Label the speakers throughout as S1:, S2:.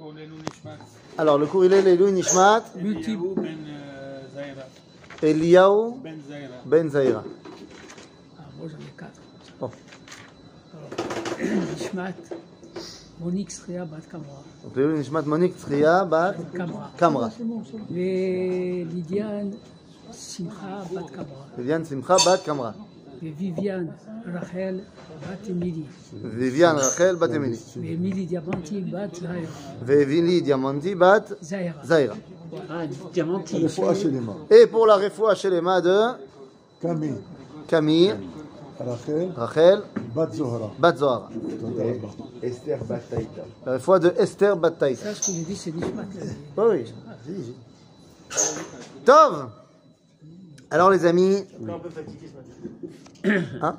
S1: Alors, le cours il est Leilu Nishmat. Eliyahu Ben Zaira.
S2: Ah, moi j'en ai 4.
S1: Bon.
S2: Alors, Nishmat, Monique Sria Bat Kamra.
S1: Donc, Leilu Nishmat Monique Sria Bat Kamra.
S2: Les Lydiane Simcha Bat Kamra.
S1: Viviane Simcha Bat Kamra.
S2: Les Viviane Rachel Bat Emily.
S1: Viviane Rachel Bat Emily.
S2: Les Emily Diamanti Bat Zaira.
S1: Vevili Diamanti Bat Zaira.
S2: Ah, Diamanti.
S1: Et pour la refoua Shelema de Camille, Rachel Bat Zohara.
S3: Esther Bat Taïta.
S1: La refoua de Esther Bat Taïta.
S2: Ça, ce que j'ai dit, c'est Nishmat.
S1: Oui, oui. Tov. Alors les amis, hein,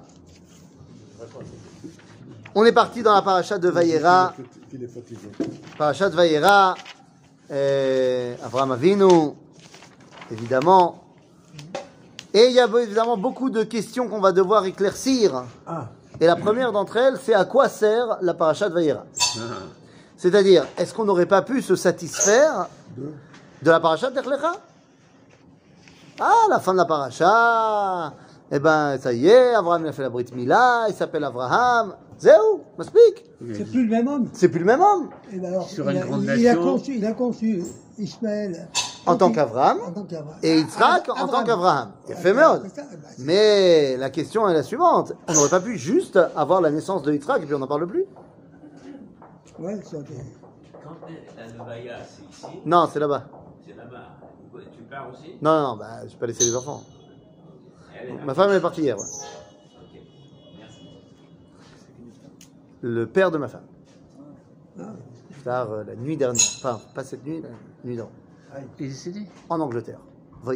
S1: on est parti dans la paracha de Vayera. Paracha de Vayera, Avraham Avinu, évidemment. Et il y a évidemment beaucoup de questions qu'on va devoir éclaircir. Et la première d'entre elles, c'est à quoi sert la paracha de Vayera. C'est-à-dire, est-ce qu'on n'aurait pas pu se satisfaire de la paracha de Lech Lecha? Ah, la fin de la paracha, eh ben, ça y est, Abraham il a fait la Brit Mila, il s'appelle Abraham. Zéou, m'explique.
S4: C'est plus le même homme.
S1: C'est plus le même homme.
S4: Et ben alors,
S5: Sur une grande
S4: il a
S5: nation.
S4: conçu, Ismaël
S1: En tant qu'Abraham. Et Yitzhak en tant qu'Abraham. Il fait merde. Mais la question est la suivante. On n'aurait pas pu juste avoir la naissance de Yitzhak et puis on n'en parle plus?
S4: Ouais, ça
S6: Quand la Levaya, c'est ici,
S1: Non, c'est là-bas.
S6: c'est là-bas. Tu pars aussi?
S1: Non, non, bah, je vais pas laisser les enfants.
S6: Elle est là.
S1: Ma femme elle est partie hier. Ouais.
S6: Ok, merci.
S1: Le père de ma femme. Tard, la nuit dernière. Enfin, pas cette nuit, la nuit d'avant.
S5: Il est décédé.
S1: En Angleterre. Oui.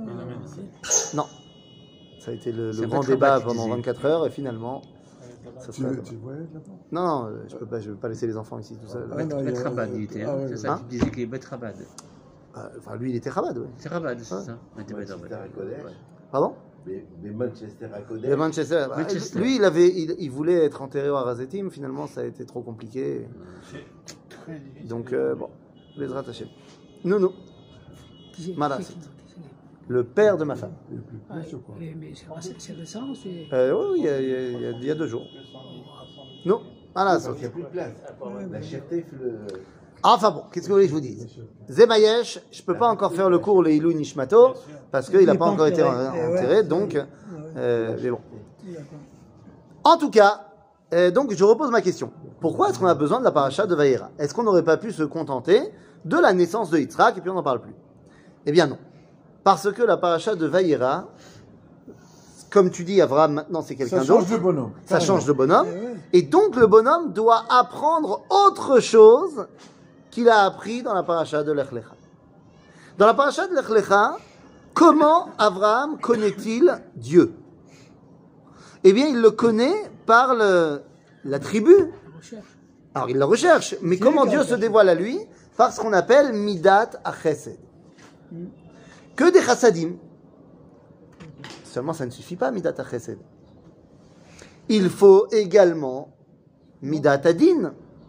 S1: Non. Ça a été le
S5: C'est
S1: grand
S5: votre
S1: débat
S5: rabat qui
S1: pendant
S5: disait.
S1: 24 heures et finalement. Ça
S3: Tu
S1: sera-
S3: voyages là-bas?
S1: Non, non, je veux pas laisser les enfants ici tout seul.
S3: Ah, non, il y a-
S5: Beth Rabad, il était.
S3: Ah, ouais,
S5: C'est
S3: ouais.
S5: ça,
S1: Hein
S5: tu disais qu'il est Beth Rabad.
S1: Enfin, lui, il était Chabad, oui.
S5: C'est Rabad, c'est
S1: Ouais.
S5: ça. Il était Beth Rabad.
S3: Manchester à Kodesh.
S1: Pardon?
S3: Mais Manchester à Kodesh.
S1: Le Manchester.
S5: Manchester.
S1: Lui, il voulait être enterré au Harazetim. Finalement, ça a été trop compliqué. Donc, bon, les rattacher. Nounou, Malasit. Le père de ma femme.
S2: Mais c'est récent, c'est.
S1: Oui, il y a 2 jours. Non, voilà.
S3: Donc il n'y a plus de place. La cherté fait le.
S1: Enfin bon, qu'est-ce que vous voulez que je vous dise? Zemayesh, je peux pas encore faire le cours Leilu Nishmato parce qu'il n'a pas encore été enterré, donc. Mais bon. En tout cas, donc je repose ma question. Pourquoi est-ce qu'on a besoin de la paracha de Vayera? Est-ce qu'on n'aurait pas pu se contenter de la naissance de Yitzhak et puis on n'en parle plus? Eh bien non. Parce que la paracha de Vayera, comme tu dis, Avraham, maintenant c'est quelqu'un
S3: Ça change
S1: d'autre.
S3: de bonhomme.
S1: Ça change de bonhomme. Et donc le bonhomme doit apprendre autre chose qu'il a appris dans la paracha de Lech Lecha. Dans la paracha de Lech Lecha, comment Avraham connaît-il Dieu? Eh bien, il le connaît par la tribu. Alors, il la recherche. Mais comment Dieu se dévoile à lui? Par ce qu'on appelle Midat HaChesed. Que des chassadim. Seulement, ça ne suffit pas, Midat HaChesed. Il faut également Midat Adin.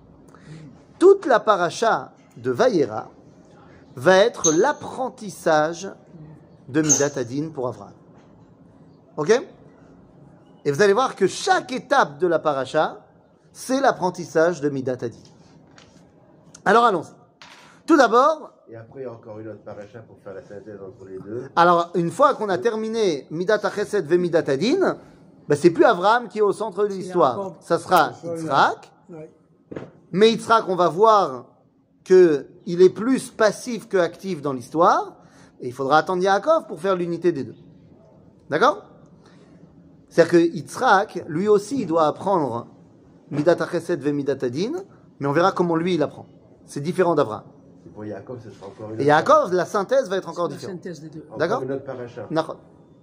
S1: Toute la paracha de Vayera va être l'apprentissage de Midat Adin pour Avraham. Ok? Et vous allez voir que chaque étape de la paracha, c'est l'apprentissage de Midat Adin. Alors allons-y. Tout d'abord,
S3: Et après, il y a encore une autre paracha pour faire la synthèse entre les deux.
S1: alors une fois qu'on a terminé Midat HaChesed ve Midat Adin, ben c'est plus Avraham qui est au centre de l'histoire. Ça sera Yitzhak. Mais Yitzhak, on va voir qu'il est plus passif que actif dans l'histoire. Et il faudra attendre Yaakov pour faire l'unité des deux. D'accord? C'est-à-dire que Yitzhak, lui aussi, il doit apprendre Midat HaChesed ve Midat Adin, mais on verra comment lui, il apprend. C'est différent d'Avraham.
S3: Et pour Yaakov, ce sera encore une
S1: Et
S3: autre.
S1: Yaakov, la synthèse va être encore
S2: La
S1: différente.
S2: synthèse des deux.
S3: Encore
S1: D'accord.
S3: une autre paracha.
S1: Nachon.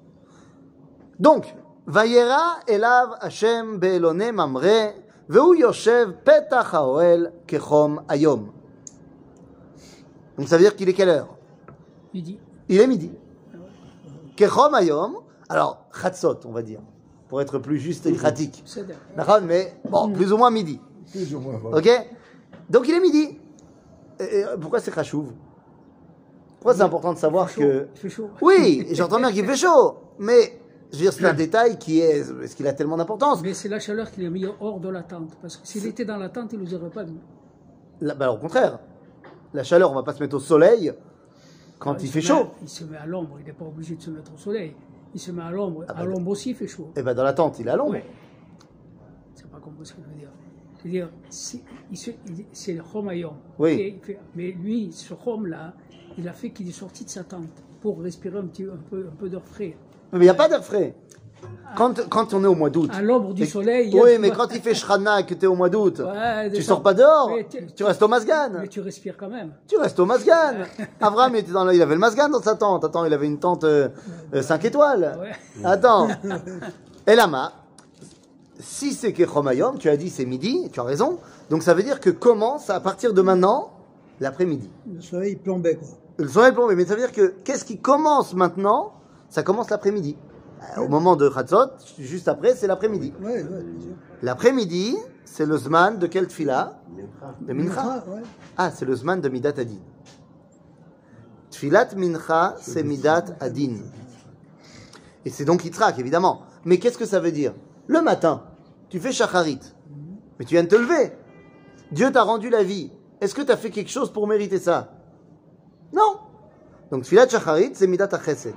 S1: Donc, Elav Hashem be'elone mamre, ve'hu yoshev petach ha'oel kechom hayom. Donc ça veut dire qu'il est quelle heure?
S2: Midi.
S1: Il est midi. Kechom hayom, alors chatzot, on va dire, pour être plus juste et pratique.
S2: C'est d'accord.
S1: Nachon, mais bon, plus ou moins midi.
S3: Plus ou moins, voilà.
S1: Ok? Donc il est midi. pourquoi c'est Khashouv? Pourquoi c'est important de savoir que...
S2: Il fait chaud.
S1: Oui, j'entends bien qu'il fait chaud, mais je veux dire, c'est un détail est-ce qu'il a tellement d'importance?
S2: Mais c'est la chaleur qui l'a mis hors de la tente. Parce que s'il était dans la tente, il ne nous aurait pas vu.
S1: Au contraire, la chaleur, on va pas se mettre au soleil quand il fait chaud.
S2: Il se met à l'ombre, il n'est pas obligé de se mettre au soleil. Il se met à l'ombre. À l'ombre aussi, il fait chaud.
S1: Et dans la tente, il est à l'ombre.
S2: Ouais. C'est pas compris ce que je veux dire. Je veux dire, c'est le Chomayom.
S1: Oui.
S2: Mais lui, ce Chom-là, il a fait qu'il est sorti de sa tente pour respirer un peu d'air frais.
S1: Mais il n'y a pas d'air frais. Quand on est au mois d'août.
S2: À l'ombre du soleil.
S1: Oui, mais quand il fait Shrana et que tu es au mois d'août, tu sors pas dehors, tu restes au Masgan.
S2: Mais tu respires quand même.
S1: Tu restes au Masgan. Abraham il avait le Masgan dans sa tente. Attends, il avait une tente 5 étoiles.
S2: Ouais.
S1: Attends. Et Lama, si c'est Kechomayom, tu as dit c'est midi, tu as raison. Donc ça veut dire que commence à partir de maintenant l'après-midi.
S4: Le soleil plombait, quoi.
S1: Le soleil plombé, mais ça veut dire que qu'est-ce qui commence maintenant? Ça commence l'après-midi. Au moment de Chatzot, juste après, c'est l'après-midi.
S4: Oui, bien sûr.
S1: L'après-midi, c'est le Zman de quel tfila? De Mincha.
S4: Ouais.
S1: Ah, c'est le Zman de Midat Adin. Tfilat Mincha, c'est Midat Adin. Et c'est donc Yitzhak, évidemment. Mais qu'est-ce que ça veut dire? Le matin, tu fais Shacharit, mais tu viens de te lever. Dieu t'a rendu la vie. Est-ce que tu as fait quelque chose pour mériter ça? Non. Donc Tfilat Shacharit, c'est Midat HaChesed.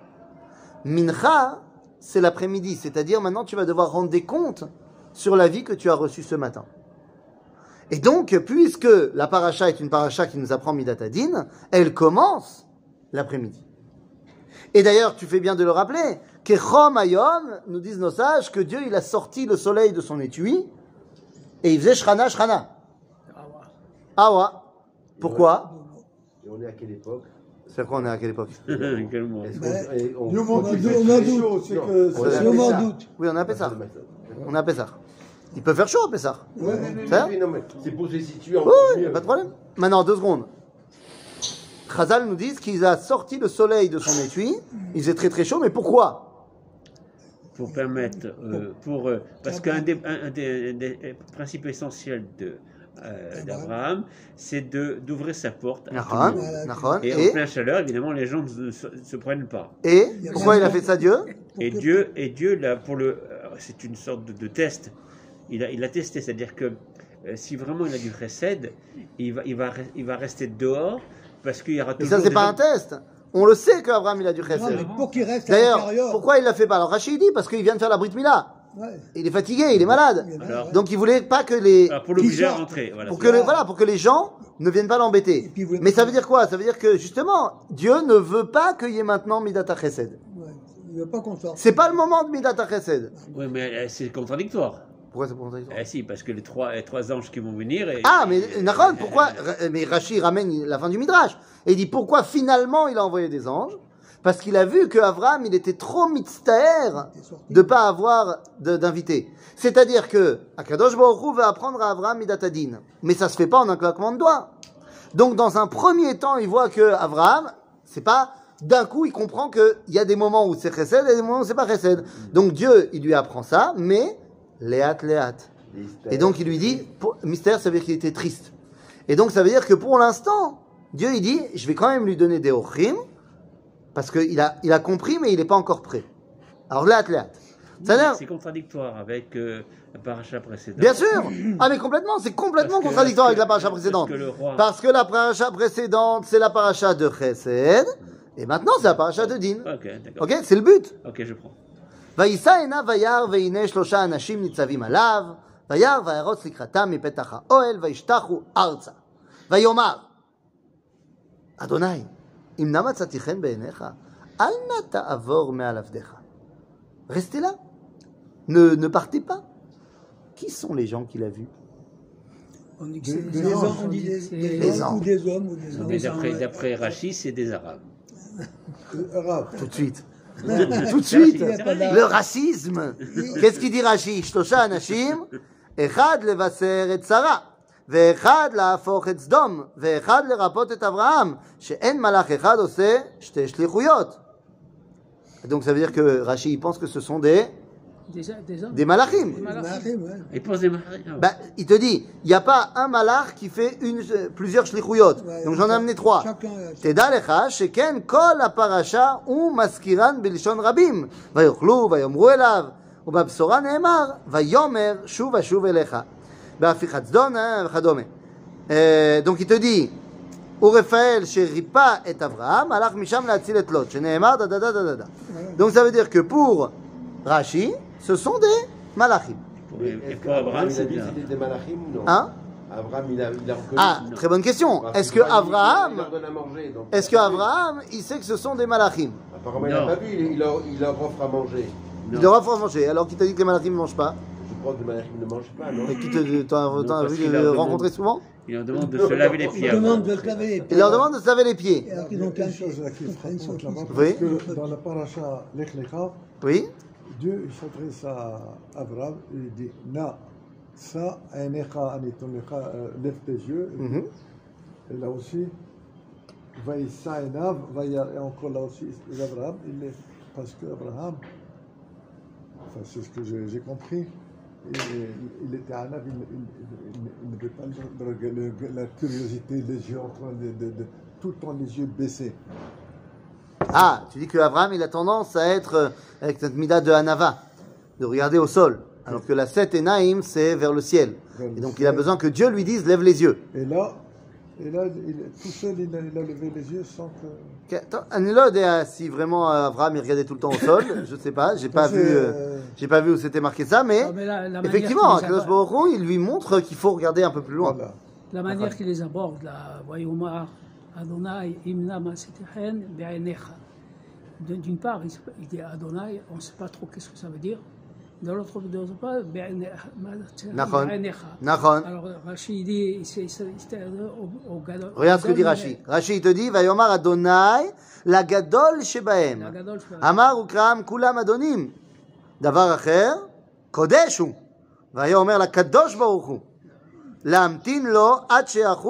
S1: Mincha, c'est l'après-midi, c'est-à-dire maintenant tu vas devoir rendre des comptes sur la vie que tu as reçue ce matin. Et donc, puisque la paracha est une paracha qui nous apprend Midat Adin, elle commence l'après-midi. Et d'ailleurs, tu fais bien de le rappeler, Kechom Ayom, nous disent nos sages, que Dieu il a sorti le soleil de son étui et il faisait Shrana, Shrana. Awa. Pourquoi?
S3: Et on est à quelle époque?
S1: C'est quoi, on est à quelle époque?
S5: Quel mot.
S3: Est-ce
S4: Ben,
S3: qu'on-
S4: le mois
S3: on-
S4: d'août,
S3: on-
S4: on a doute.
S3: Non,
S4: C'est que
S3: on est
S4: c'est
S3: à
S4: le mois
S3: Pessah.
S4: d'août.
S1: Oui, on est à Pessah. On est à Pessah. Il peut faire chaud à Pessah.
S3: Oui,
S1: Ça
S3: non, mais c'est pour se situer en
S1: Oui, oui, pas de problème. Maintenant, 2 secondes. Chazal nous dit qu'il a sorti le soleil de son étui. Il faisait très très chaud, mais pourquoi?
S5: Pour permettre, parce qu'un des principes essentiels d'Abraham, c'est d'ouvrir sa porte à tout le monde.
S1: Nahon.
S5: Et en pleine chaleur, évidemment, les gens ne se prennent pas.
S1: Et pourquoi il a fait ça, Dieu?
S5: Et Dieu là, c'est une sorte de test. Il a testé, c'est-à-dire que si vraiment il a du chesed, il va rester dehors parce qu'il y aura
S1: Mais
S5: toujours.
S1: ça, c'est
S5: des
S1: pas
S5: gens-
S1: un test. On le sait qu'Abraham, il a du
S4: Non,
S1: chesed.
S4: mais pour qu'il reste à
S1: D'ailleurs,
S4: l'intérieur.
S1: pourquoi il l'a fait pas? Alors Rachid dit parce qu'il vient de faire la Brit Mila.
S4: Ouais.
S1: Il est fatigué, il est malade.
S5: Alors-
S1: Donc il voulait pas que les
S5: Alors, pour l'obliger à
S4: sortent.
S5: rentrer. Voilà,
S1: pour
S5: c'est-
S1: que les gens ne viennent pas l'embêter.
S4: puis, il voulait-
S1: Mais ça veut dire quoi? Ça veut dire que justement, Dieu ne veut pas qu'il y ait maintenant Midat HaChesed.
S4: Ouais. Il ne veut pas qu'on sorte.
S1: C'est pas le moment de Midat HaChesed.
S5: Oui, mais c'est contradictoire.
S1: Pourquoi c'est pour ça?
S5: Si, parce que les trois anges qui vont venir.
S1: Ah, mais Nahon, pourquoi? Mais Rashi ramène la fin du Midrash. Et il dit pourquoi finalement il a envoyé des anges? Parce qu'il a vu que Abraham, il était trop mitztaher de pas avoir d'invité. C'est-à-dire que Akadosh Baruch Hu va apprendre à Abraham Midat Adin. Mais ça se fait pas en un claquement de doigts. Donc dans un premier temps, il voit que Abraham, c'est pas d'un coup, il comprend qu'il y a des moments où c'est chesed et des moments où c'est pas chesed. Donc Dieu, il lui apprend ça, mais léat. Et donc il lui dit, mystère, ça veut dire qu'il était triste. Et donc ça veut dire que pour l'instant, Dieu il dit, je vais quand même lui donner des ochrim, parce qu'il a compris, mais il n'est pas encore prêt. Alors léat.
S5: C'est contradictoire avec la paracha précédente.
S1: Bien sûr. Ah mais complètement, c'est complètement
S5: Parce que-
S1: contradictoire avec la
S5: parce
S1: paracha
S5: que-
S1: précédente.
S5: parce que le roi-
S1: Parce que la paracha précédente, c'est la paracha de chesed, et maintenant c'est la paracha de din.
S5: Ok, d'accord.
S1: Ok, c'est le but.
S5: Ok, je prends.
S1: וישא עיניו וירא והנה 3 אנשים ניצבים עליו וירא וירוץ לקראתם מפתח האוהל וישתחו ארצה ויאמר אדוני אם נא מצאתי חן בעיניך אל נא תעבור מעל עבדיך. Restez là, ne partez pas. Qui sont les gens qu'il a vus?
S2: On dit que c'est
S4: Des
S2: des
S4: anges,
S2: anges.
S4: on dit des
S1: des
S4: anges
S1: anges.
S4: ou des hommes ou des
S5: Mais
S4: hommes.
S5: d'après Rachid, c'est des Arabes.
S4: Arabe.
S1: Tout de suite. Tout de suite.
S4: Il y a pas d'art.
S1: Le racisme. Qu'est-ce qu'il dit Rashi? 3 אנשים, אחד לבשר את שרה, ואחד להפוך את סדום, ואחד לרפות את אברהם, שאין מלאך אחד עושה 2 שליחויות. Donc ça veut dire que Rashi il pense que ce sont des
S2: Des hommes.
S1: Des malachim.
S2: Des malachim.
S4: Malachim, ouais.
S5: Il pense des mariés.
S1: Bah, il te dit, il n'y a pas un malach qui fait plusieurs shlichuyot.
S4: Ouais,
S1: Donc j'en ai amené 3.
S4: Chacun.
S1: תדע לך שכן כל הפרשה הוא מזכירן בלשון רבים ויאכלו ויאמרו אליו ובבשורה נאמר ויאמר שוב אשוב אליך בהפיכת סדום וכדומה. Donc il te dit ורפאל שריפא את אברהם הלך משם להציל את לוט שנאמר דדדדדדה. Donc ça veut dire que pour Rashi ce sont des malachim.
S3: Mais
S5: Et
S3: est-ce
S5: pour Abraham,
S3: qu'Abraham, il a
S5: c'est
S3: dit
S5: bien.
S3: que c'était des malachim ou non
S1: Hein?
S3: Abraham, il a reconnu.
S1: Ah, très bonne question.
S3: Parce
S1: Est-ce
S3: qu'il
S1: que
S3: voit, il
S1: Abraham,
S3: leur donne à manger, donc-
S1: est-ce que Abraham, il sait que ce sont des malachim?
S3: Apparemment, il
S5: Non.
S3: n'a pas vu, il leur offre à manger.
S1: Il leur offre à manger, alors qu'il t'a dit que les malachim ne mangent pas.
S3: Je crois que les malachim ne mangent pas, non
S1: Et qui t'en
S5: Non,
S1: as
S5: parce
S1: vu
S5: qu'il leur
S1: le
S5: demande-
S1: rencontrer souvent?
S5: Il leur demande de se laver les pieds.
S4: Ils
S5: avant.
S4: demandent de se laver les pieds.
S1: Il leur demande de se laver les pieds.
S4: Alors
S7: Il
S4: qu'ils
S7: y a
S4: ont plein
S7: une
S4: de
S7: chose
S4: choses.
S7: là qui est frappante là-bas,
S1: Oui.
S7: parce que dans la paracha Lech Lecha,
S1: Oui.
S7: Dieu il s'adresse à Abraham et il dit Na, sa, Einecha, Anitonecha, lève tes yeux.
S1: Mhm.
S7: Et là aussi, Vaïssa Enav, et encore là aussi, Abraham, parce que Abraham, enfin, c'est ce que j'ai compris, il était un âme, il ne veut pas la curiosité, les yeux en train tout le temps les yeux baissés.
S1: Ah, tu dis que Abraham, il a tendance à être avec cette mida de Hanava, de regarder au sol. Alors que la 7 et Naïm, c'est vers le ciel.
S7: Vers le
S1: Et donc il
S7: ciel.
S1: a besoin que Dieu lui dise, lève les yeux.
S7: Et là, tout seul, il a levé les yeux sans que.
S1: Ok, attends, אני לא יודע si vraiment Abraham il regardait tout le temps au sol, je sais pas, j'ai pas vu où c'était marqué ça, mais
S2: Ah, mais la manière
S1: effectivement,
S2: qu'il les
S1: Akadosh Baruch Hu, il lui montre qu'il faut regarder un peu plus loin.
S7: Voilà.
S2: La manière qu'il les aborde, là, Vayomar, Adonai, Imna Masetichen, Be'enecha. D'une part, il dit Adonai, on ne sait pas trop qu'est-ce que ça veut dire. De l'autre part,
S1: Nachon.
S2: Be'enecha.
S1: Nachon.
S2: Alors, Rashi, il dit, c'était au gadol.
S1: Regarde ce que dit Rashi. Rashi, il te dit, Vayomar Adonai, la gadol shebahem.
S2: La gadol shebahem.
S1: אמר וקראם כולם אדונים. דבר אחר, קודש הוא. והיה אומר לקדוש ברוך הוא, להמתין לו עד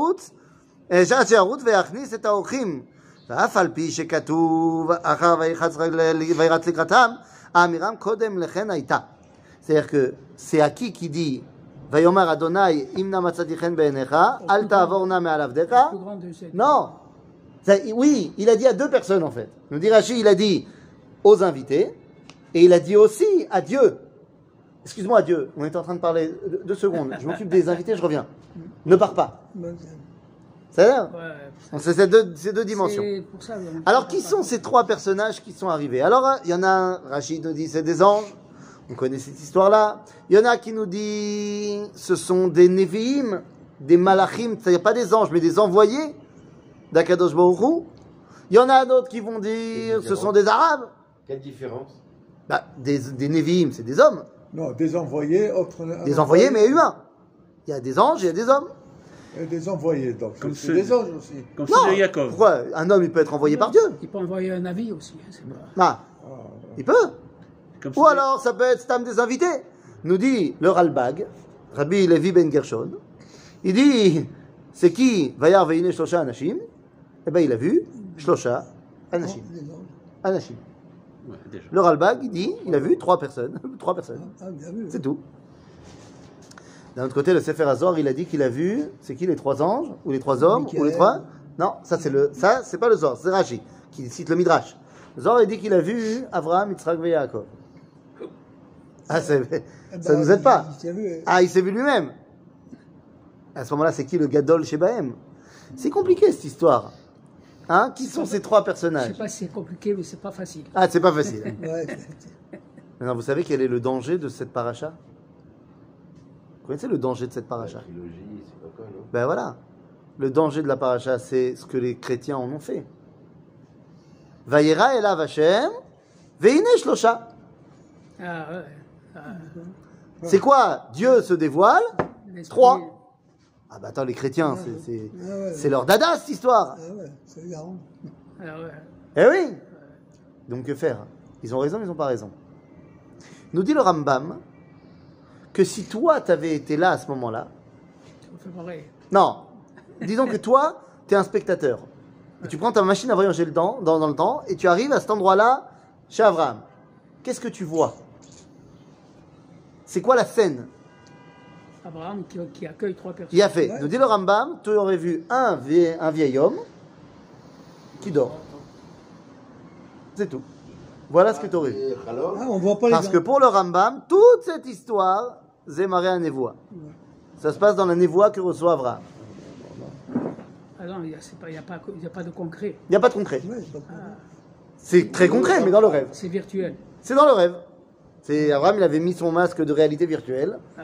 S1: שירוץ ויכניס את האורחים. ואף על פי שכתוב אחר וירץ לקראתם, האמירם קודם לכן הייתה. C'est-à-dire que c'est à qui dit ויאמר אדוני אם נא מצאתי חן בעיניך אל תעבור נא מעל עבדיך.
S2: Le plus grand de ces-
S1: Non. Oui, il a dit à deux personnes en fait. Nous dit Rashi, il a dit aux invités et il a dit aussi à Dieu. Excuse-moi, Dieu, on est en train de parler 2 secondes. Je m'occupe des invités, je reviens. Ne pars pas. Ça a l'air
S2: Ouais,
S1: C'est ces deux dimensions.
S2: c'est pour ça,
S1: Alors, qui sont ces 3 personnages qui sont arrivés? Alors, il y en a un, Rachid nous dit, c'est des anges. On connaît cette histoire-là. Il y en a qui nous dit, ce sont des Nevi'im, des Malachim, c'est-à-dire pas des anges, mais des envoyés d'Akadosh Baruch Hu. Il y en a d'autres qui vont dire, ce sont des Arabes.
S3: Quelle différence?
S1: Bah, des Nevi'im, c'est des hommes.
S7: Non, des envoyés,
S1: Des envoyés, mais humains. Il y a des anges, il y a des hommes.
S7: Et des envoyés, donc.
S5: Comme
S7: C'est
S5: ceux-
S7: des anges aussi.
S5: Comme
S1: Non.
S5: ceux de Yaakov.
S1: Pourquoi? Un homme, il peut être envoyé par Dieu.
S2: Il peut envoyer un avis aussi. Hein, c'est pas...
S1: Ah, il peut.
S5: Comme
S1: Ou
S5: ceux de-
S1: alors, ça peut être Stam des invités. Nous dit le Ralbag, Rabbi Levi Ben Gershon. Il dit, c'est qui Vayar Veine Shlosha Anashim? Eh bien, il a vu Shlosha Anashim. Anashim.
S5: Ouais, déjà.
S1: Le Ralbag, il dit, il a vu 3 personnes. 3 personnes.
S4: Ah, bien vu.
S1: C'est tout. D'un autre côté, le Sefer Hazor, il a dit qu'il a vu, c'est qui les 3 anges? Ou les 3 hommes? Ou les 3? Non, ça c'est pas le Zor, c'est Rashi, qui cite le Midrash. Le Zor, il dit qu'il a vu Abraham, Yitzhak et Yaakov. Ah, ça nous aide pas.
S4: Il s'est vu.
S1: Ah, il s'est vu lui-même. À ce moment-là, c'est qui le Gadol Shebahem? C'est compliqué cette histoire. Hein? Qui sont ces 3
S2: Je
S1: personnages?
S2: sais pas si c'est compliqué, mais c'est pas facile.
S1: Ah, c'est pas facile.
S4: Ouais.
S1: Maintenant, vous savez quel est le danger de cette paracha? Vous connaissez le danger de cette paracha?
S3: Trilogie, c'est pas quoi, non?
S1: Ben voilà. Le danger de la paracha, c'est ce que les chrétiens en ont fait. Vayera elav Hashem, veine shlosha.
S2: Ah, ouais. Ah,
S1: C'est quoi? Dieu se dévoile.
S2: l'esprit-
S1: 3. Ah bah attends, les chrétiens,
S4: Ah ouais.
S1: c'est leur dada cette histoire.
S4: Ah ouais, c'est garant.
S2: Ah, ouais.
S1: Eh oui. Donc que faire? Ils ont raison, ils n'ont pas raison. Nous dit le Rambam que si toi t'avais été là à ce moment-là,
S2: On fait pareil.
S1: non, disons que toi, tu es un spectateur. Et tu prends ta machine à voyager dans le temps et tu arrives à cet endroit-là chez Abraham. Qu'est-ce que tu vois? C'est quoi la scène?
S2: Abraham qui accueille 3 personnes.
S1: Il a fait, nous dit le Rambam, tu aurais vu un vieil homme qui dort. C'est tout. Voilà ce que tu aurais vu.
S4: Ah, on voit pas les
S1: Parce
S4: gens.
S1: que pour le Rambam, toute cette histoire, c'est maré à Névoa. Ça se passe dans la Névoa que reçoit Abraham.
S2: Ah non, il n'y a pas de concret.
S1: Il n'y a pas de concret.
S4: Ouais, c'est pas pour-
S1: C'est très concret, mais dans le rêve.
S2: C'est virtuel.
S1: C'est dans le rêve. C'est Abraham, il avait mis son masque de réalité virtuelle.
S2: Ah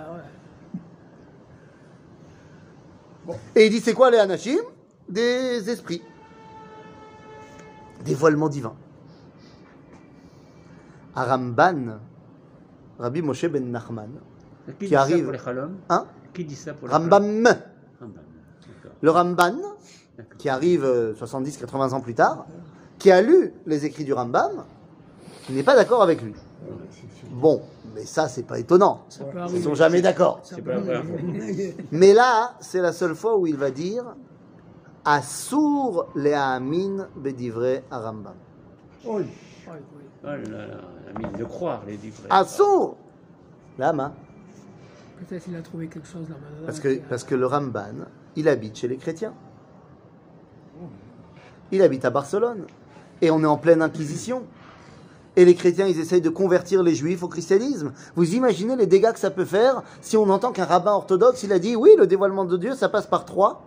S2: ouais.
S1: Et il dit, c'est quoi les Anashim? Des esprits. Dévoilement divin. À Ramban, Rabbi Moshe ben Nachman,
S5: Qui dit
S1: qui
S5: ça
S1: arrive.
S5: pour les Chalom?
S1: Hein?
S5: Qui dit ça pour les
S1: Rambam.
S5: Chalom? Rambam. D'accord.
S1: Le Ramban,
S5: D'accord.
S1: qui arrive 70-80 ans plus tard, qui a lu les écrits du Rambam, qui n'est pas d'accord avec lui. Bon, mais ça, c'est pas étonnant.
S2: Ça peut
S1: Ils
S2: arriver.
S1: sont jamais d'accord.
S2: Ça
S5: C'est
S2: peut
S5: pas la
S2: arriver.
S5: première fois.
S1: Mais là, c'est la seule fois où il va dire Assour le'amin bedivre Rambam.
S7: Oui.
S2: Ouais, ouais.
S5: Oh là là, la mine de croire les livres.
S1: Assour Lama.
S2: Peut-être qu'il a trouvé quelque chose là-bas.
S1: Parce que le Ramban, il habite chez les chrétiens. Il habite à Barcelone. Et on est en pleine inquisition. Et les chrétiens, ils essayent de convertir les juifs au christianisme. Vous imaginez les dégâts que ça peut faire si on entend qu'un rabbin orthodoxe, il a dit, oui, le dévoilement de Dieu, ça passe par 3.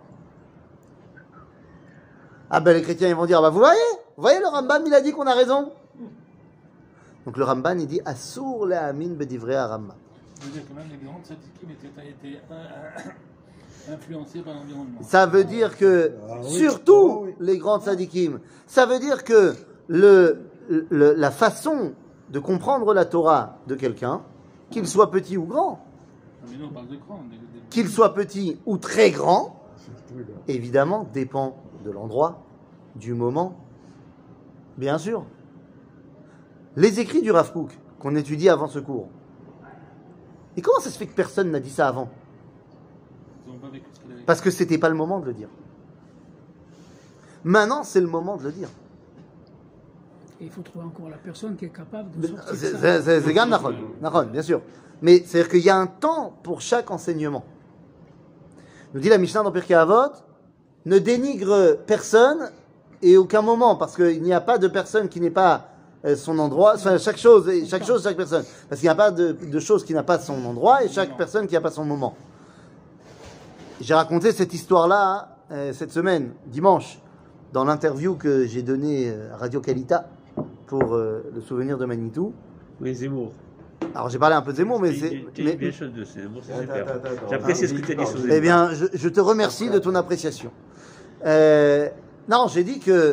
S1: Ah ben les chrétiens, ils vont dire, bah vous voyez, le Ramban, il a dit qu'on a raison. Donc le Ramban, il dit, Assour le'amin bedivre Rambam.
S8: Ça veut dire que même les grandes tzadikim étaient influencés par l'environnement.
S1: Ça veut dire que,
S7: Ah oui.
S1: surtout
S7: Ah oui.
S1: les grands tzadikim, ça veut dire que la façon de comprendre la Torah de quelqu'un, qu'il soit petit ou grand,
S8: Mais nous, on parle de grands.
S1: qu'il soit petit ou très grand,
S7: C'est très bien.
S1: évidemment, dépend de l'endroit, du moment, bien sûr. Les écrits du Rav Kook qu'on étudie avant ce cours. Et comment ça se fait que personne n'a dit ça avant?
S8: Ils n'ont pas vécu ce qu'il avait.
S1: Parce que c'était pas le moment de le dire. Maintenant, c'est le moment de le dire.
S2: Et il faut trouver encore la personne qui est capable de sortir
S1: C'est
S2: ça.
S1: c'est Gam Nachon, Nachon, bien sûr. Mais c'est-à-dire qu'il y a un temps pour chaque enseignement. Nous dit la Mishnah dans Pirkei Avot, ne dénigre personne et aucun moment, parce qu'il n'y a pas de personne qui n'est pas son endroit, enfin, chaque chose, chaque personne. Parce qu'il n'y a pas de chose qui n'a pas son endroit et chaque personne qui n'a pas son moment. J'ai raconté cette histoire-là cette semaine, dimanche, dans l'interview que j'ai donnée à Radio Kalita pour le souvenir de Manitou.
S5: Oui, Zemmour.
S1: Alors j'ai parlé un peu de Zemmour, mais
S5: Tu
S1: c'est...
S5: dis
S1: mais-
S5: bien chose de Zemmour, c'est
S3: Attends,
S5: super.
S3: attends, attends.
S5: J'apprécie ce que tu as dit sur Zemmour.
S1: Eh bien, je te remercie de ton appréciation. Non, j'ai dit que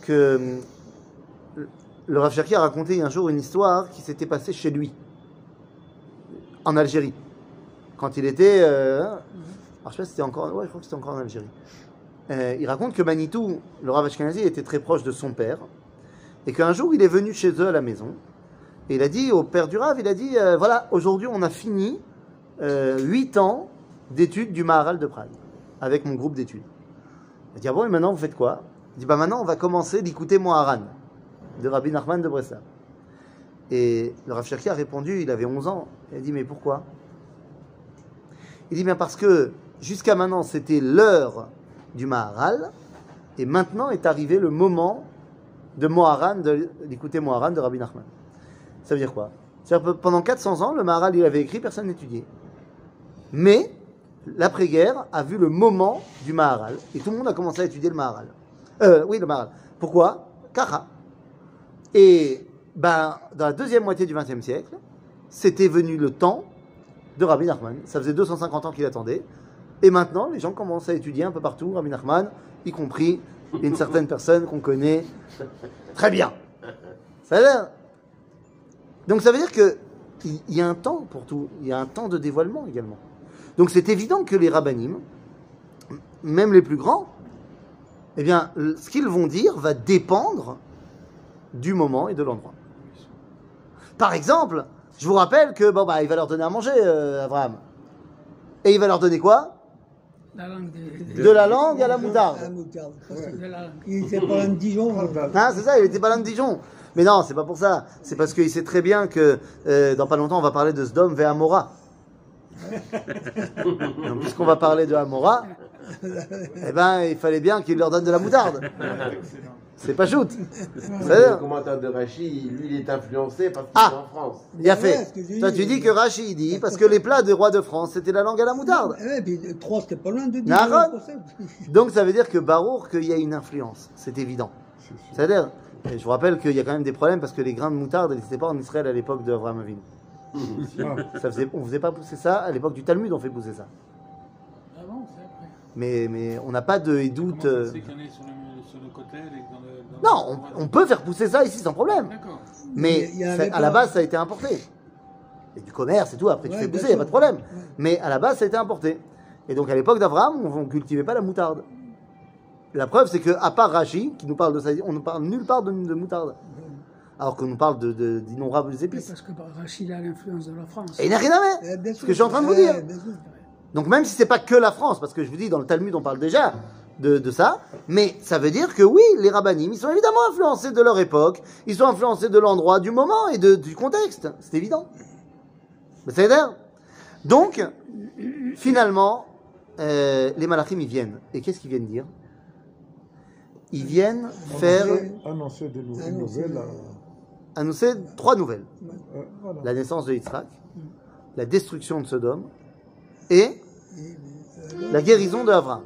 S1: le Rav Cherki a raconté un jour une histoire qui s'était passée chez lui, en Algérie. Quand il était... alors je sais pas si c'était encore... Ouais, je crois que c'était encore en Algérie. Il raconte que Manitou, le Rav Ashkenazi, était très proche de son père, et qu'un jour, il est venu chez eux à la maison, et il a dit au père du Rav, il a dit, voilà, aujourd'hui, on a fini 8 ans d'études du Maharal de Prague, avec mon groupe d'études. Il a dit, ah bon, et maintenant, vous faites quoi? Il dit, bah maintenant, on va commencer d'écouter Moharan, de Rabbi Nachman de Breslau. Et le Rav Cherki a répondu, il avait 11 ans, il a dit, mais pourquoi? Il dit, bien parce que jusqu'à maintenant, c'était l'heure du Maharal, et maintenant est arrivé le moment de Moharan, d'écouter Moharan de Rabbi Nachman. Ça veut dire quoi? C'est-à-dire que pendant 400 ans, le Maharal, il avait écrit, personne n'étudiait. Mais l'après-guerre a vu le moment du Maharal, et tout le monde a commencé à étudier le Maharal. Oui, le Maharal. Pourquoi? Kacha. Et ben, dans la deuxième moitié du XXe siècle, c'était venu le temps de Rabbi Nachman. Ça faisait 250 ans qu'il attendait. Et maintenant, les gens commencent à étudier un peu partout Rabbi Nachman, y compris une certaine personne qu'on connaît très bien. Ça veut dire... Donc ça veut dire qu'il y a un temps pour tout. Il y a un temps de dévoilement également. Donc c'est évident que les rabbanim, même les plus grands, eh bien, ce qu'ils vont dire va dépendre du moment et de l'endroit. Par exemple, je vous rappelle que bon bah il va leur donner à manger, Abraham. Et il va leur donner quoi?
S2: La langue
S1: De la langue à la moutarde.
S4: À la moutarde.
S2: de la langue.
S4: Il était pas un Dijon.
S1: Hein, c'est ça, il était pas l'un de Dijon. Mais non, c'est pas pour ça. C'est parce qu'il sait très bien que dans pas longtemps, on va parler de Sdom ve Amora. Donc, puisqu'on va parler de Amora, eh ben, il fallait bien qu'il leur donne de la moutarde. C'est pas shoot.
S3: Le commentaire de Rachid, lui, il est influencé parce qu'il est en France.
S1: Il a
S4: Ouais,
S1: fait.
S4: ce que j'ai
S1: Toi,
S4: dit,
S1: tu dis que Rachid il dit parce que les plats des rois de France, c'était la langue à la moutarde.
S4: Et puis 3, c'était pas loin de Dijon.
S1: Naron.
S4: pour ça.
S1: Donc, ça veut dire que Barour, qu'il y a une influence. C'est évident. C'est-à-dire, et je vous rappelle qu'il y a quand même des problèmes parce que les grains de moutarde n'existaient pas en Israël à l'époque de Avraham Avinu. On faisait pas pousser ça à l'époque du Talmud, on fait pousser ça.
S2: Ah bon, c'est après.
S1: Mais on n'a pas de doute.
S8: Comment ça se fait qu'il y en ait sur le côté et dans le...
S1: Non, on peut faire pousser ça ici sans problème.
S8: D'accord.
S1: Mais
S4: Il y avait
S1: à la
S4: pas-
S1: base, ça a été importé. Et du commerce et tout, après tu
S4: Ouais,
S1: fais
S4: bien
S1: pousser, il n'y a pas
S4: sûr.
S1: de problème.
S4: Ouais.
S1: Mais à la base, ça a été importé. Et donc à l'époque d'Abraham, on ne cultivait pas la moutarde. La preuve, c'est qu'à part Rachi, qui nous parle de ça, on ne parle nulle part de moutarde. Alors qu'on nous parle d'innombrables
S2: Oui,
S1: épices.
S2: parce que Rachid a l'influence de la France.
S1: Et il n'a rien à mettre.
S4: Bien
S1: Ce
S4: sûr.
S1: que je suis en train de vous dire.
S4: Bien sûr.
S1: Donc même si c'est pas que la France, parce que je vous dis, dans le Talmud, on parle déjà de ça, mais ça veut dire que oui, les rabbinim, ils sont évidemment influencés de leur époque, ils sont influencés de l'endroit, du moment et du contexte. C'est évident. Mais ça veut dire. Donc, finalement, les malachim, ils viennent. Et qu'est-ce qu'ils viennent dire? Ils viennent faire
S7: Annoncer des
S4: Annoncer,
S7: nouvelles.
S1: annoncer 3 nouvelles.
S7: Voilà.
S1: La naissance de Yitzhak, la destruction de Sodome et la guérison de Abraham.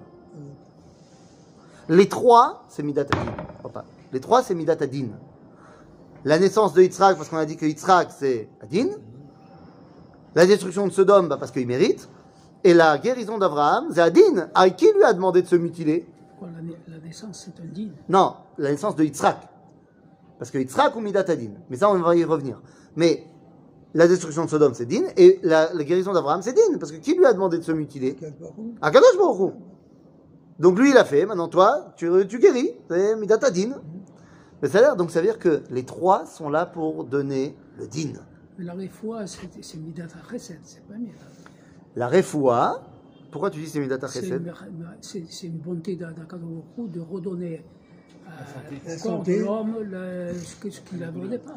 S1: Les 3, c'est Midat Adin. Papa. Les 3, c'est Midat Adin. La naissance de Yitzhak, parce qu'on a dit que Yitzhak, c'est Adin. La destruction de Sodome, parce qu'il mérite. Et la guérison d'Abraham, c'est Adin. Ah, qui lui a demandé de se mutiler?
S2: Pourquoi la naissance, c'est un dîme.
S1: Non, la naissance de Yitzhak. Parce que Yitzhak ou Midat Adin. Mais ça, on va y revenir. Mais la destruction de Sodome, c'est Din. Et la guérison d'Abraham, c'est Din. Parce que qui lui a demandé de se mutiler? Akadosh Baruch Hu. Donc lui, il a fait. Maintenant, toi, tu guéris. C'est Midat Adin. Mais ça a l'air. Donc ça veut dire que les 3 sont là pour donner le Din.
S2: Mais la réfoua, c'est Midat HaChesed, c'est pas Midat.
S1: La Refoua. Pourquoi tu dis c'est Midat
S2: C'est
S1: HaChesed?
S2: c'est une bonté d'Akadosh Baruch Hu de redonner
S4: La
S2: au corps de
S4: santé.
S2: l'homme ce qu'il avait au départ.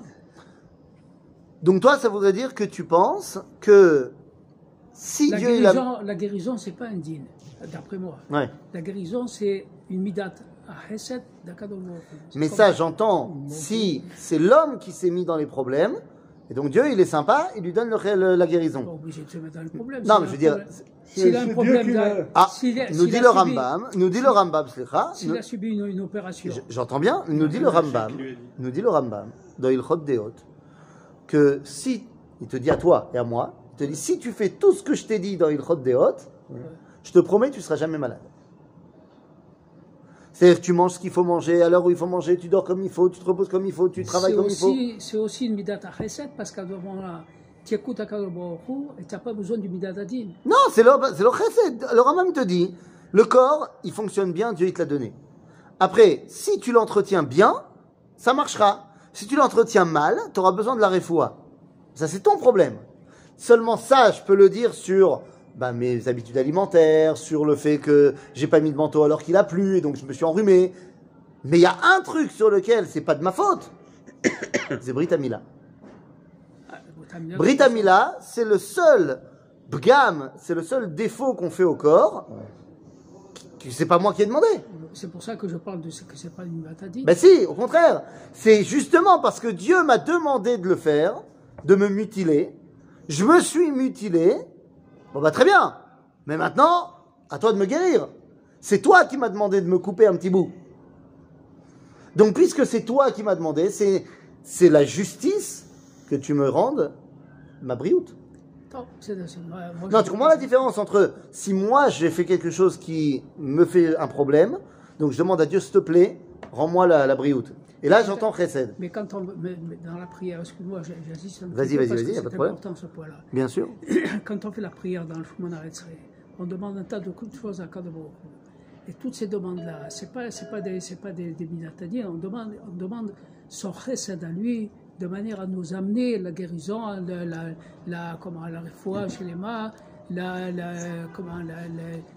S1: Donc toi, ça voudrait dire que tu penses que si
S2: La
S1: Dieu il a...
S2: guérison, c'est pas un dîme, d'après moi.
S1: Ouais.
S2: La guérison, c'est une Midat HaChesed d'Akadosh Baruch Hu. C'est
S1: Mais
S2: comme
S1: ça, j'entends, si c'est l'homme qui s'est mis dans les problèmes, et donc Dieu, il est sympa, il lui donne la guérison.
S2: pas obligé de se mettre dans le problème.
S1: Non,
S2: S'il
S1: mais
S2: a
S1: je veux
S2: un
S1: dire,
S2: problème- S'il a un
S7: c'est
S2: problème,
S7: Dieu qui l'a-
S1: Ah,
S2: s'il a-
S1: nous
S2: s'il
S1: dit
S2: a
S1: le
S2: subi-
S1: Rambam, nous dit le Rambam, slicha,
S2: S'il a subi une opération,
S1: j'entends bien, nous dit le Rambam, nous dit le Rambam, dans Ilchot Deot, que si, il te dit à toi et à moi, il te dit, si tu fais tout ce que je t'ai dit dans Ilchot Deot, je te promets, tu ne seras jamais malade. C'est-à-dire que tu manges ce qu'il faut manger, à l'heure où il faut manger, tu dors comme il faut, tu te reposes comme il faut, tu travailles comme il faut.
S2: c'est aussi une Midat HaChesed parce qu'à ce moment-là, tu écoutes Akadosh Baruch Hu et tu n'as pas besoin du Midat Adin.
S1: Non, c'est le chesed. Le Rambam te dit, le corps, il fonctionne bien, Dieu il te l'a donné. Après, si tu l'entretiens bien, ça marchera. Si tu l'entretiens mal, tu auras besoin de la refoua. Ça, c'est ton problème. Seulement ça, je peux le dire sur mes habitudes alimentaires, sur le fait que j'ai pas mis de manteau alors qu'il a plu et donc je me suis enrhumé. Mais il y a un truc sur lequel c'est pas de ma faute. C'est Brit Hamila. Brit Hamila, c'est le seul bgam, c'est le seul défaut qu'on fait au corps. C'est pas moi qui ai demandé.
S2: C'est pour ça que je parle de ce que c'est pas une Midat Adin.
S1: Ben si, au contraire. C'est justement parce que Dieu m'a demandé de le faire, de me mutiler. Je me suis mutilé. Bon très bien. Mais maintenant, à toi de me guérir. C'est toi qui m'as demandé de me couper un petit bout. Donc puisque c'est toi qui m'as demandé, c'est la justice que tu me rendes ma brioute.
S2: Non, moi,
S1: Non, tu comprends la différence entre si moi j'ai fait quelque chose qui me fait un problème, donc je demande à Dieu, s'il te plaît, rends-moi la brioute. Et là, j'entends chesed.
S2: Mais quand mais dans la prière, excuse-moi, j'assiste un
S1: Vas-y,
S2: petit peu
S1: vas-y,
S2: parce
S1: vas-y,
S2: que
S1: y a pas de
S2: c'est
S1: problème.
S2: important ce point-là.
S1: Bien sûr.
S2: Quand on fait la prière dans le Shemona Aretzrei, on demande un tas de choses à Kadosh Baruch Hu. Et toutes ces demandes-là, c'est pas des Midat Adin, on demande son chesed à lui, de manière à nous amener la guérison, la refoua chez les mains,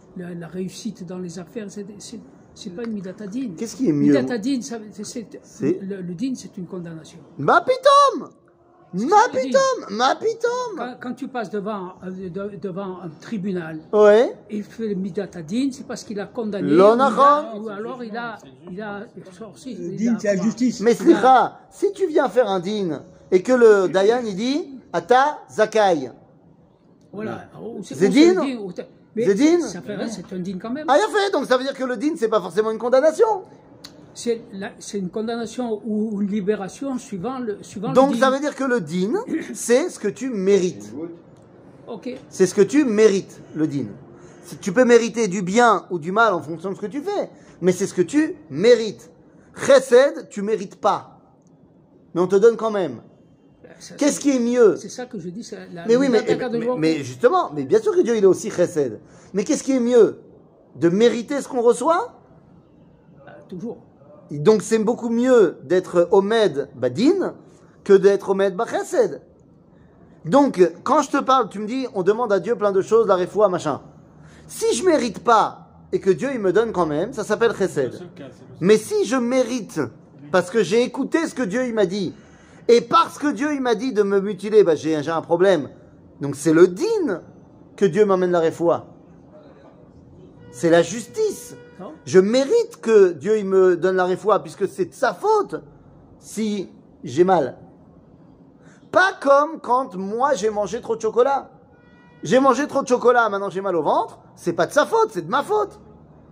S2: la réussite dans les affaires, c'est pas une midatadine.
S1: Qu'est-ce qui est mieux?
S2: Midatadine,
S1: C'est-
S2: le din, c'est une condamnation.
S1: Ma pitom!
S2: C'est
S1: Ma
S2: ça, le
S1: pitom! Ma pitom!
S2: Quand tu passes devant un tribunal
S1: Ouais.
S2: et il fait le midatadine, c'est parce qu'il a condamné.
S1: L'onachon.
S2: Ou alors il a sorti.
S4: Le din, c'est la justice.
S1: Mais slicha, si tu viens faire un din et que le Dayan il dit Ata Zakai.
S2: Voilà.
S1: Zedine
S2: Mais
S1: Zedine
S2: c'est un din quand même.
S1: Ah, il a fait, donc ça veut dire que le din c'est pas forcément une condamnation.
S2: C'est une condamnation ou une libération suivant le
S1: Donc
S2: din.
S1: ça veut dire que le din c'est ce que tu mérites.
S2: Ok.
S1: C'est ce que tu mérites, le din. Tu peux mériter du bien ou du mal en fonction de ce que tu fais, mais c'est ce que tu mérites. Chesed, tu mérites pas. Mais on te donne quand même. Qu'est-ce qui est mieux?
S2: C'est ça que je dis.
S1: Mais oui, mais justement, mais bien sûr que Dieu il est aussi chesed. Mais qu'est-ce qui est mieux? De mériter ce qu'on reçoit?
S2: Toujours.
S1: Donc c'est beaucoup mieux d'être Omed Badin que d'être Omed Bachesed. Donc quand je te parle, tu me dis, on demande à Dieu plein de choses, la refoua, machin. Si je mérite pas et que Dieu il me donne quand même, ça s'appelle chesed. Mais si je mérite parce que j'ai écouté ce que Dieu il m'a dit et parce que Dieu il m'a dit de me mutiler, bah, j'ai un problème. Donc c'est le din que Dieu m'emmène la refoua. C'est la justice.
S2: Non?
S1: Je mérite que Dieu il me donne la refoua puisque c'est de sa faute si j'ai mal. Pas comme quand moi j'ai mangé trop de chocolat. J'ai mangé trop de chocolat, maintenant j'ai mal au ventre. C'est pas de sa faute, c'est de ma faute.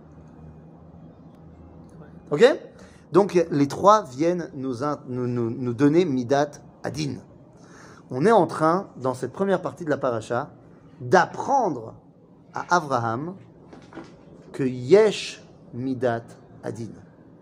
S1: Ok? Donc les trois viennent nous donner Midat Adin. On est en train, dans cette première partie de la paracha, d'apprendre à Abraham que Yesh Midat Adin.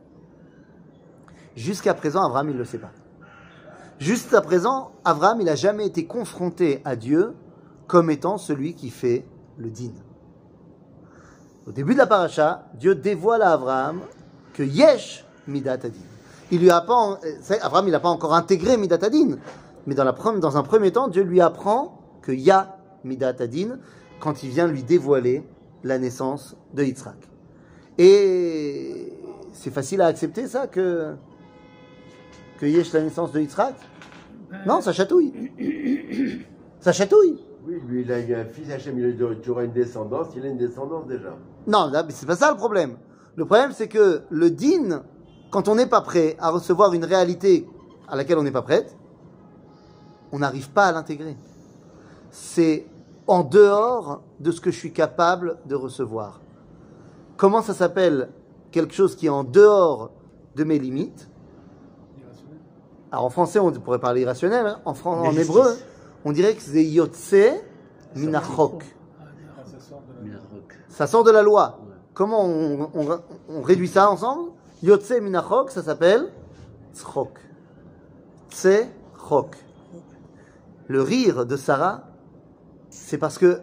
S1: Jusqu'à présent, Abraham, il ne le sait pas. Jusqu'à présent, Abraham, il n'a jamais été confronté à Dieu comme étant celui qui fait le din. Au début de la paracha, Dieu dévoile à Abraham que Yesh Midat Adin. Il lui a pas, Abraham, il n'a pas encore intégré Midat Adin, mais dans un premier temps, Dieu lui apprend que Ya Midat Adin quand il vient lui dévoiler la naissance de Yitzhak. Et c'est facile à accepter ça que Yesh la naissance de Yitzhak? Non, ça chatouille. Ça chatouille.
S3: Oui, lui, il a eu un fils, Hachem, tu auras une descendance, il a une descendance déjà.
S1: Non, là, c'est pas ça le problème. Le problème, c'est que le din, quand on n'est pas prêt à recevoir une réalité à laquelle on n'est pas prête, on n'arrive pas à l'intégrer. C'est en dehors de ce que je suis capable de recevoir. Comment ça s'appelle quelque chose qui est en dehors de mes limites? Alors en français, on pourrait parler irrationnel. Hein. En hébreu, on dirait que c'est yotse minachok. Ça sort de la loi. Comment on réduit ça ensemble? Yotse minachok, ça s'appelle tzchok. Tzchok. Le rire de Sarah, c'est parce que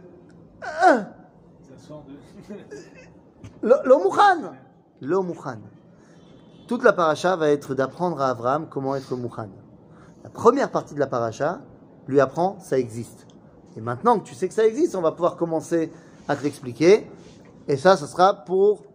S1: Lo mukhan. Toute la paracha va être d'apprendre à Abraham comment être mukhan. La première partie de la paracha lui apprend ça existe. Et maintenant que tu sais que ça existe, on va pouvoir commencer à te l'expliquer. Et ça sera pour